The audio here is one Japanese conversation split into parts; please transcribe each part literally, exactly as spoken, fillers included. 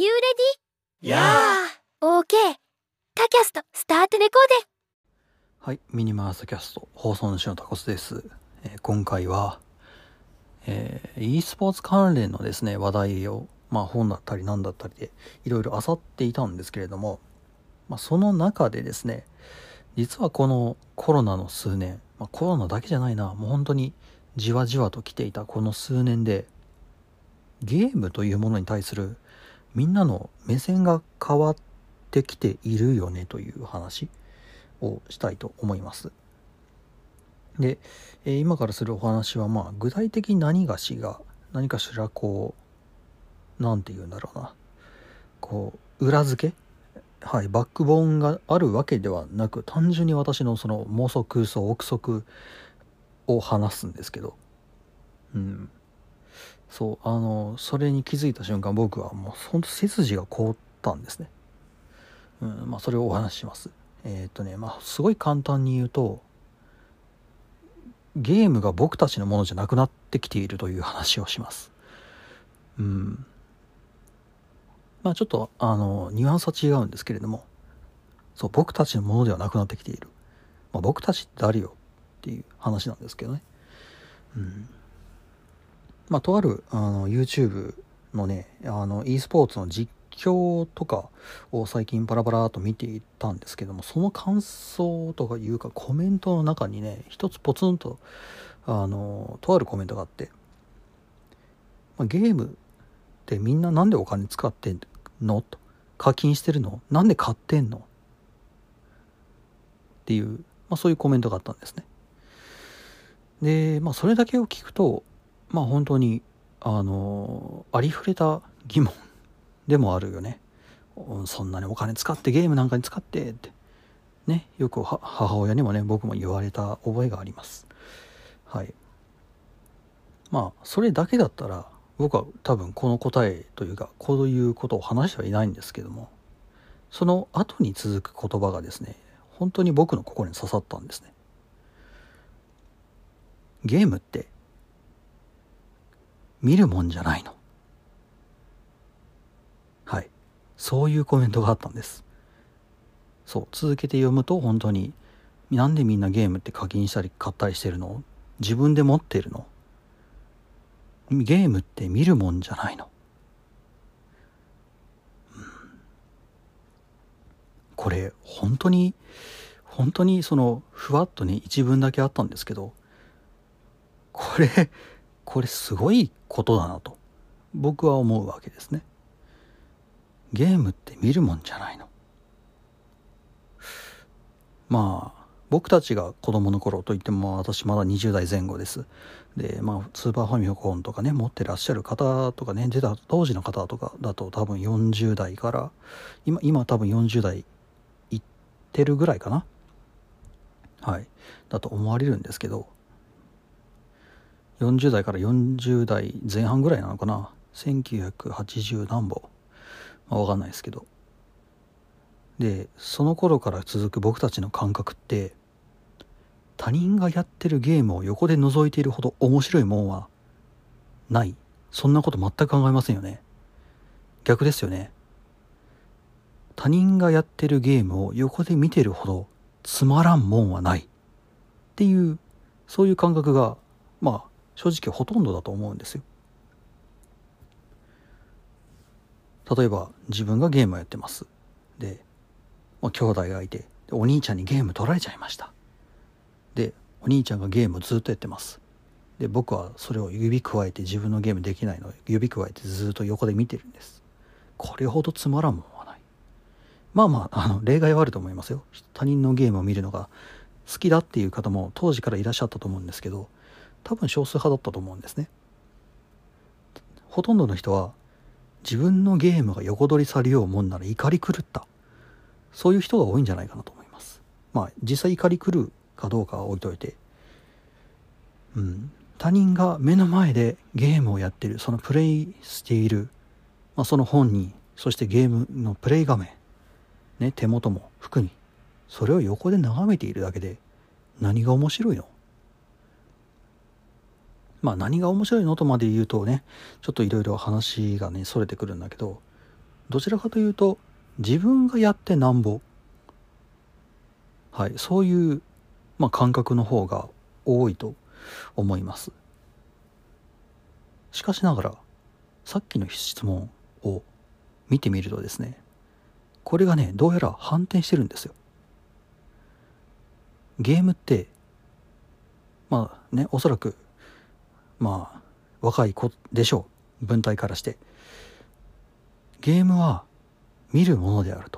you ready? やー OK タキャストスタートレコーデ。 はい、ミニマースキャスト放送主のタコスです。えー今回は、えー e スポーツ関連のですね話題を、まあ、本だったり何だったりでいろいろ漁っていたんですけれども、まあ、その中でですね、実はこのコロナの数年、まあ、コロナだけじゃないな、もう本当にじわじわと来ていたこの数年でゲームというものに対するみんなの目線が変わってきているよねという話をしたいと思います。で、えー今からするお話は、まあ具体的に何がしが何かしらこうなんて言うんだろうな、こう裏付け、はい、バックボーンがあるわけではなく、単純に私のその妄想空想憶測を話すんですけど、うんそうあのそれに気づいた瞬間、僕はもうほんと背筋が凍ったんですね。うん、まあそれをお話しします。えーっとねまあすごい簡単に言うと、ゲームが僕たちのものじゃなくなってきているという話をします。うん。まあちょっとあのニュアンスは違うんですけれども、そう僕たちのものではなくなってきている。まあ、僕たちって誰よっていう話なんですけどね。うん。まあとあるあの YouTube のね、あの e スポーツの実況とかを最近パラパラと見ていたんですけども、その感想とかいうかコメントの中にね、一つポツンとあのとあるコメントがあって、まあ、ゲームってみんななんでお金使ってんのと、課金してるの、なんで買ってんのっていう、まあ、そういうコメントがあったんですね。で、まあそれだけを聞くと、まあ本当にあのありふれた疑問でもあるよね。うんそんなにお金使ってゲームなんかに使ってってね、よくは母親にもね僕も言われた覚えがあります。はい。まあそれだけだったら僕は多分この答えというかこういうことを話してはいないんですけども、その後に続く言葉がですね、本当に僕の心に刺さったんですね。ゲームって見るもんじゃないの。はい、そういうコメントがあったんです。そう、続けて読むと本当に、なんでみんなゲームって課金したり買ったりしてるの？自分で持ってるの？ゲームって見るもんじゃないの。これ本当に本当にそのふわっとね一文だけあったんですけど、これこれすごいことだなと僕は思うわけですね。ゲームって見るもんじゃないの。まあ僕たちが子供の頃といっても、私まだにじゅう代前後です。でまあスーパーファミコンとかね持ってらっしゃる方とかね、出た当時の方とかだと多分よんじゅう代から今今多分よんじゅう代いってるぐらいかな、はいだと思われるんですけど、よんじゅう代からよんじゅう代前半ぐらいなのかな、せんきゅうひゃくはちじゅう何本、まあ、分かんないですけど、でその頃から続く僕たちの感覚って、他人がやってるゲームを横で覗いているほど面白いもんはない。そんなこと全く考えませんよね。逆ですよね。他人がやってるゲームを横で見てるほどつまらんもんはないっていう、そういう感覚がまあ正直ほとんどだと思うんですよ。例えば自分がゲームをやってます。で、まあ、兄弟がいて、でお兄ちゃんにゲーム取られちゃいました。でお兄ちゃんがゲームをずっとやってます。で僕はそれを指くわえて、自分のゲームできないのを指くわえてずっと横で見てるんです。これほどつまらんもんはない。まあまあ、あの例外はあると思いますよ。他人のゲームを見るのが好きだっていう方も当時からいらっしゃったと思うんですけど、多分少数派だったと思うんですね。ほとんどの人は自分のゲームが横取りされようもんなら怒り狂った、そういう人が多いんじゃないかなと思います。まあ実際怒り狂うかどうかは置いといて、うん、他人が目の前でゲームをやっている、そのプレイしている、まあ、その本に、そしてゲームのプレイ画面、ね、手元も服に、それを横で眺めているだけで何が面白いの？まあ何が面白いのとまで言うとね、ちょっといろいろ話がねそれてくるんだけど、 どちらかというと自分がやってなんぼ、はい、そういう、まあ、感覚の方が多いと思います。しかしながらさっきの質問を見てみるとですね、これがねどうやら反転してるんですよ。ゲームってまあね、おそらくまあ若い子でしょう、文体からして。ゲームは見るものであると。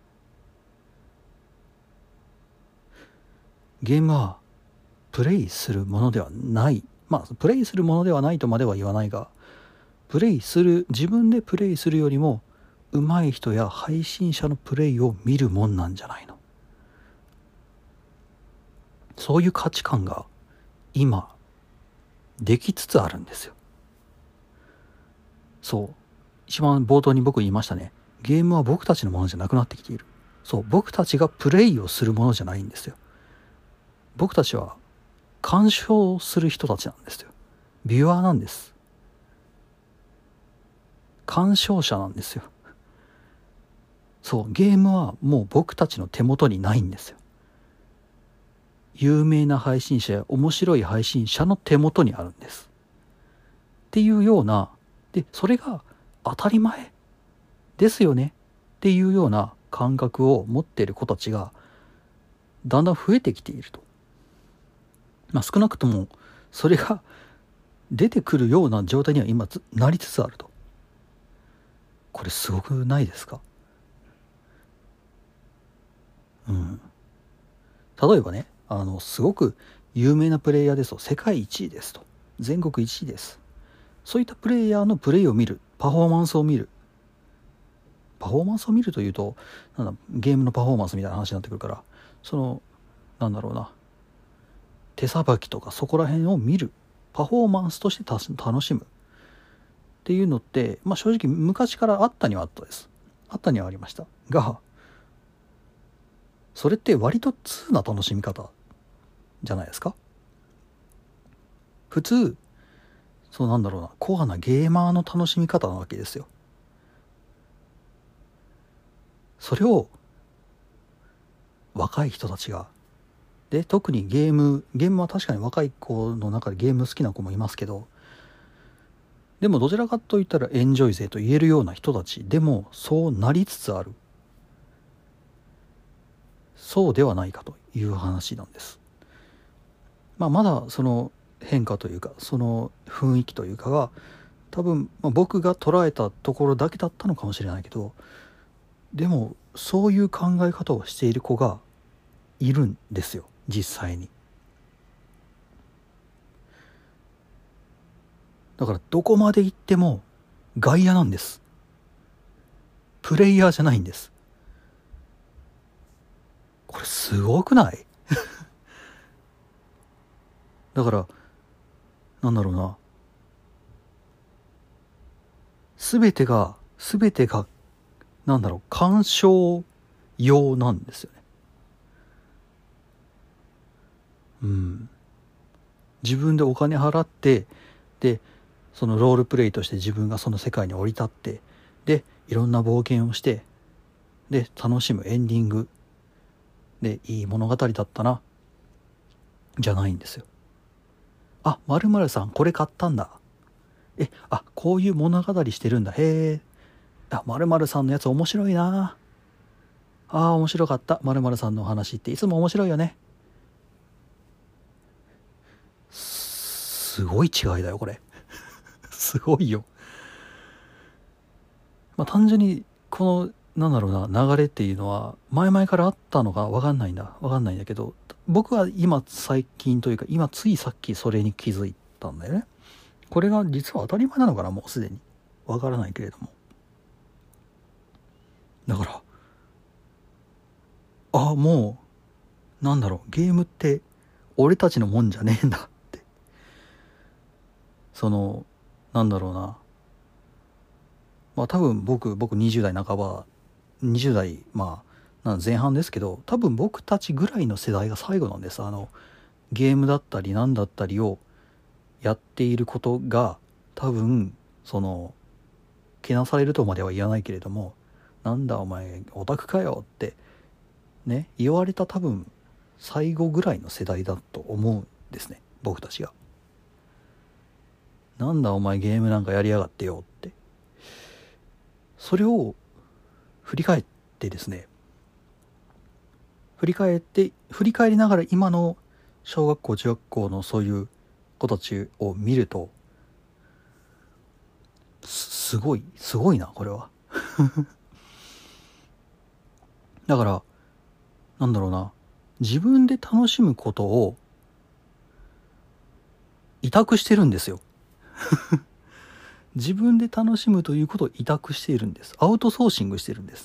ゲームはプレイするものではない。まあプレイするものではないとまでは言わないが、プレイする、自分でプレイするよりも上手い人や配信者のプレイを見るもんなんじゃないの。そういう価値観が今できつつあるんですよ。そう、一番冒頭に僕言いましたね。ゲームは僕たちのものじゃなくなってきている。そう、僕たちがプレイをするものじゃないんですよ。僕たちは鑑賞する人たちなんですよ。ビュアーなんです。鑑賞者なんですよ。そう、ゲームはもう僕たちの手元にないんですよ。有名な配信者や面白い配信者の手元にあるんです。っていうような、で、それが当たり前ですよねっていうような感覚を持っている子たちがだんだん増えてきていると。まあ少なくともそれが出てくるような状態には今なりつつあると。これすごくないですか？うん。例えばね、あのすごく有名なプレイヤーですと世界一位ですと、全国一位です。そういったプレイヤーのプレイを見る、パフォーマンスを見る、パフォーマンスを見るというとなんだ、ゲームのパフォーマンスみたいな話になってくるから、そのなんだろうな、手さばきとかそこら辺を見る、パフォーマンスとして楽しむっていうのって、まあ正直昔からあったにはあったです。あったにはありましたが、それって割と通な楽しみ方じゃないですか。普通そう、なんだろうな、コアなゲーマーの楽しみ方なわけですよ。それを若い人たちが、で特にゲームゲームは確かに若い子の中でゲーム好きな子もいますけど、でもどちらかといったらエンジョイ勢と言えるような人たちでもそうなりつつある、そうではないかという話なんです。まあまだその変化というかその雰囲気というかが多分、まあ、僕が捉えたところだけだったのかもしれないけど、でもそういう考え方をしている子がいるんですよ、実際に。だからどこまで行っても外野なんです。プレイヤーじゃないんです。これすごくない？だからなんだろうな、全てが全てがなんだろう、鑑賞用なんですよね。うん。自分でお金払って、でそのロールプレイとして自分がその世界に降り立って、でいろんな冒険をして、で楽しむエンディングでいい物語だったなじゃないんですよ。あ、〇〇さんこれ買ったんだ。え、あ、こういう物語してるんだ。へえ。あ、〇〇さんのやつ面白いな。ああ、面白かった。〇〇さんのお話っていつも面白いよね。すごい違いだよ、これ。すごいよ。まあ単純に、この、なんだろうな、流れっていうのは、前々からあったのかわかんないんだ。わかんないんだけど、僕は今最近というか、今ついさっきそれに気づいたんだよね。これが実は当たり前なのかな、もうすでに。わからないけれども。だから、ああ、もう、なんだろう、ゲームって俺たちのもんじゃねえんだって。その、なんだろうな。まあ多分僕、僕にじゅう代半ば、にじゅう代、まあ、前半ですけど、多分僕たちぐらいの世代が最後なんです。あの、ゲームだったりなんだったりをやっていることが、多分、その、けなされるとまでは言わないけれども、 なんだお前オタクかよってね言われた多分最後ぐらいの世代だと思うんですね、僕たちが。なんだお前ゲームなんかやりやがってよって。それを振り返ってですね振り返って振り返りながら今の小学校中学校のそういう子たちを見るとすすごいすごいなこれはだからなんだろうな、自分で楽しむことを委託してるんですよ自分で楽しむということを委託しているんです。アウトソーシングしてるんです。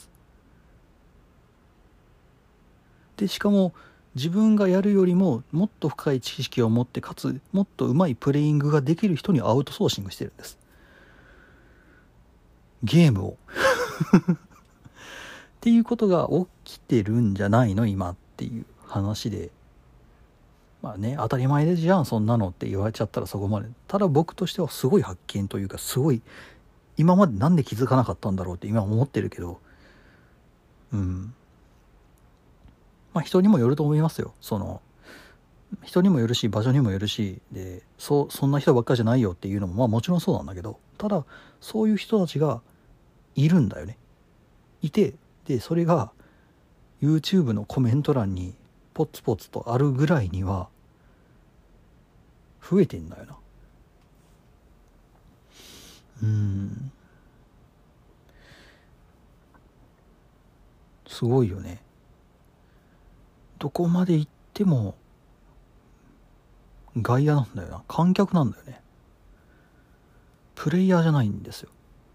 でしかも自分がやるよりももっと深い知識を持ってかつもっと上手いプレイングができる人にアウトソーシングしてるんです、ゲームをっていうことが起きてるんじゃないの今っていう話で、まあね当たり前でじゃんそんなのって言われちゃったらそこまで。ただ僕としてはすごい発見というか、すごい今までなんで気づかなかったんだろうって今思ってるけど、うんまあ人にもよると思いますよ。その人にもよるし場所にもよるしで、そそんな人ばっかりじゃないよっていうのもまあもちろんそうなんだけど、ただそういう人たちがいるんだよね。いて、でそれが YouTube のコメント欄にポツポツとあるぐらいには増えてんだよな。うーんすごいよね。どこまで行っても外野なんだよな、観客なんだよね、プレイヤーじゃないんですよ。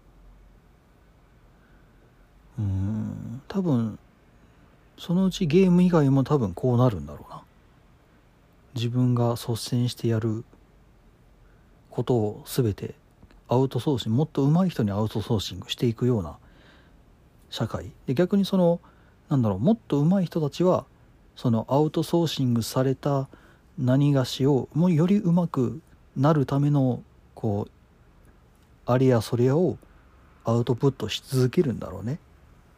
うーん多分そのうちゲーム以外も多分こうなるんだろうな。自分が率先してやることを全てアウトソーシング、もっと上手い人にアウトソーシングしていくような社会で、逆にそのなんだろう、もっと上手い人たちはそのアウトソーシングされた何がしをもうより上手くなるためのこうあれやそれやをアウトプットし続けるんだろうね。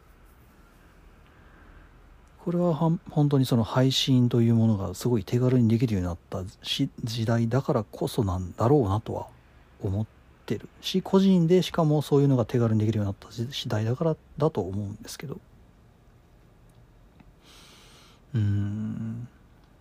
これはは本当にその配信というものがすごい手軽にできるようになったし時代だからこそなんだろうなとは思ってるし、個人でしかもそういうのが手軽にできるようになった時代だからだと思うんですけど、うーん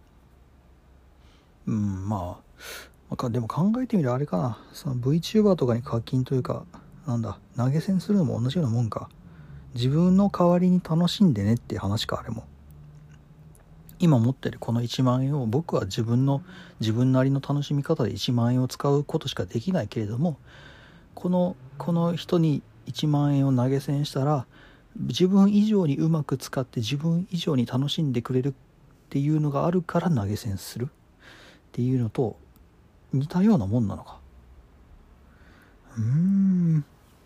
うんまあでも考えてみるあれかな、その VTuber とかに課金というかなんだ投げ銭するのも同じようなもんか。自分の代わりに楽しんでねっていう話か。あれも今持ってるこのいちまん円を僕は自分の自分なりの楽しみ方でいちまん円を使うことしかできないけれども、このこの人にいちまん円を投げ銭したら自分以上にうまく使って自分以上に楽しんでくれるっていうのがあるから投げ銭するっていうのと似たようなもんなのか。うーん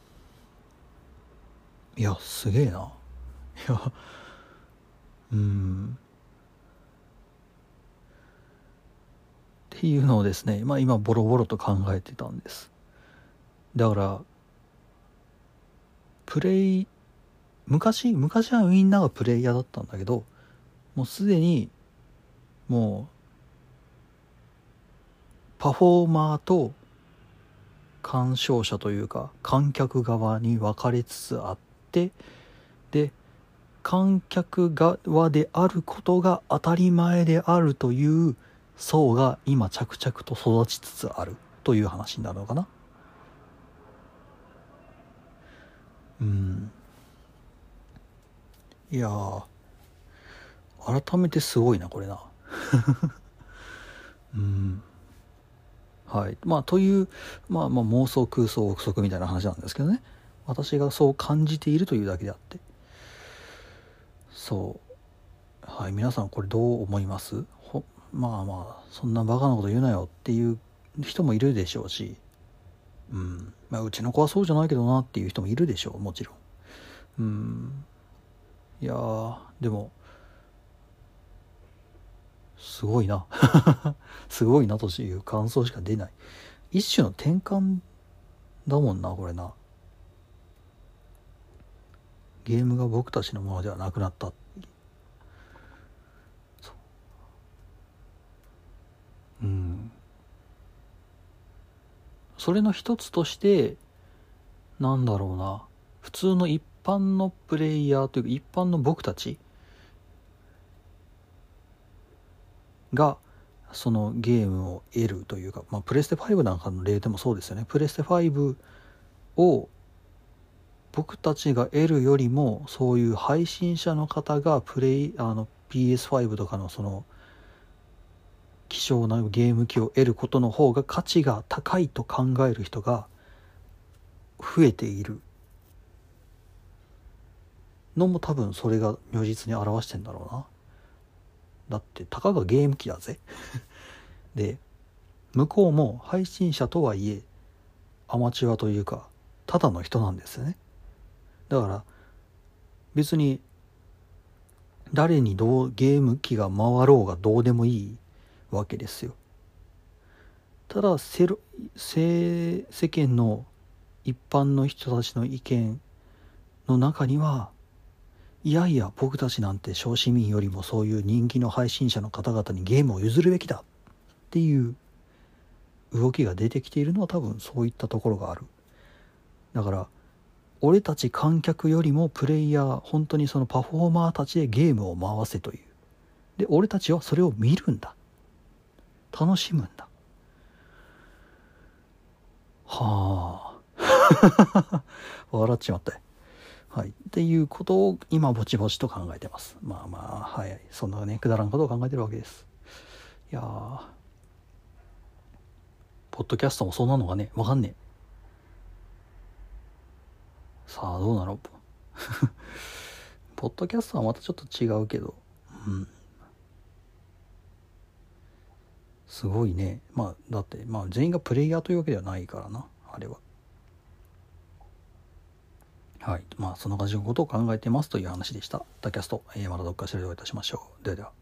いやすげえな。いやうーんっていうのをですね、まあ今ボロボロと考えてたんです。だからプレイ昔昔はみんながプレイヤーだったんだけど、もうすでにもうパフォーマーと鑑賞者というか観客側に分かれつつあって、で観客側であることが当たり前であるという層が今着々と育ちつつあるという話になるのかな。うんいやー改めてすごいなこれなうんはいまあという、まあ、まあ妄想空想憶測みたいな話なんですけどね、私がそう感じているというだけであって、そうはい皆さんこれどう思います？ほまあまあそんなバカなこと言うなよっていう人もいるでしょうし、うんまあ、うちの子はそうじゃないけどなっていう人もいるでしょう、もちろん。うんいやーでもすごいなすごいなという感想しか出ない。一種の転換だもんなこれな。 ゲームが僕たちのものではなくなった。そう、うん、それの一つとして、なんだろうな、普通の一般のプレイヤーというか一般の僕たちがそのゲームを得るというか、まあ、プレステファイブなんかの例でもそうですよね。プレステファイブを僕たちが得るよりも、そういう配信者の方がプレイあの ピーエスファイブ とかのその希少なゲーム機を得ることの方が価値が高いと考える人が増えているのも多分それが如実に表してんだろうな。だってたかがゲーム機だぜで、向こうも配信者とはいえアマチュアというかただの人なんですよね。だから別に誰にどうゲーム機が回ろうがどうでもいいわけですよ。ただ世世間の一般の人たちの意見の中には、いやいや僕たちなんて小市民よりもそういう人気の配信者の方々にゲームを譲るべきだっていう動きが出てきているのは多分そういったところがある。だから俺たち観客よりもプレイヤー、本当にそのパフォーマーたちでゲームを回せという。で俺たちはそれを見るんだ、楽しむんだ。はあ笑っちまったよ。はい、っていうことを今ぼちぼちと考えてます。まあまあ、はい、そんなねくだらんことを考えてるわけです。いやー、ポッドキャストもそんなのがねわかんねえ。さあどうなのポッドキャストはまたちょっと違うけど、うん、すごいね。まあだってまあ全員がプレイヤーというわけではないからな、あれは。はい、まあそんな感じのことを考えてますという話でした。ポッドキャスト、えー、またどっかしらでお会いいたしましょう。ではでは。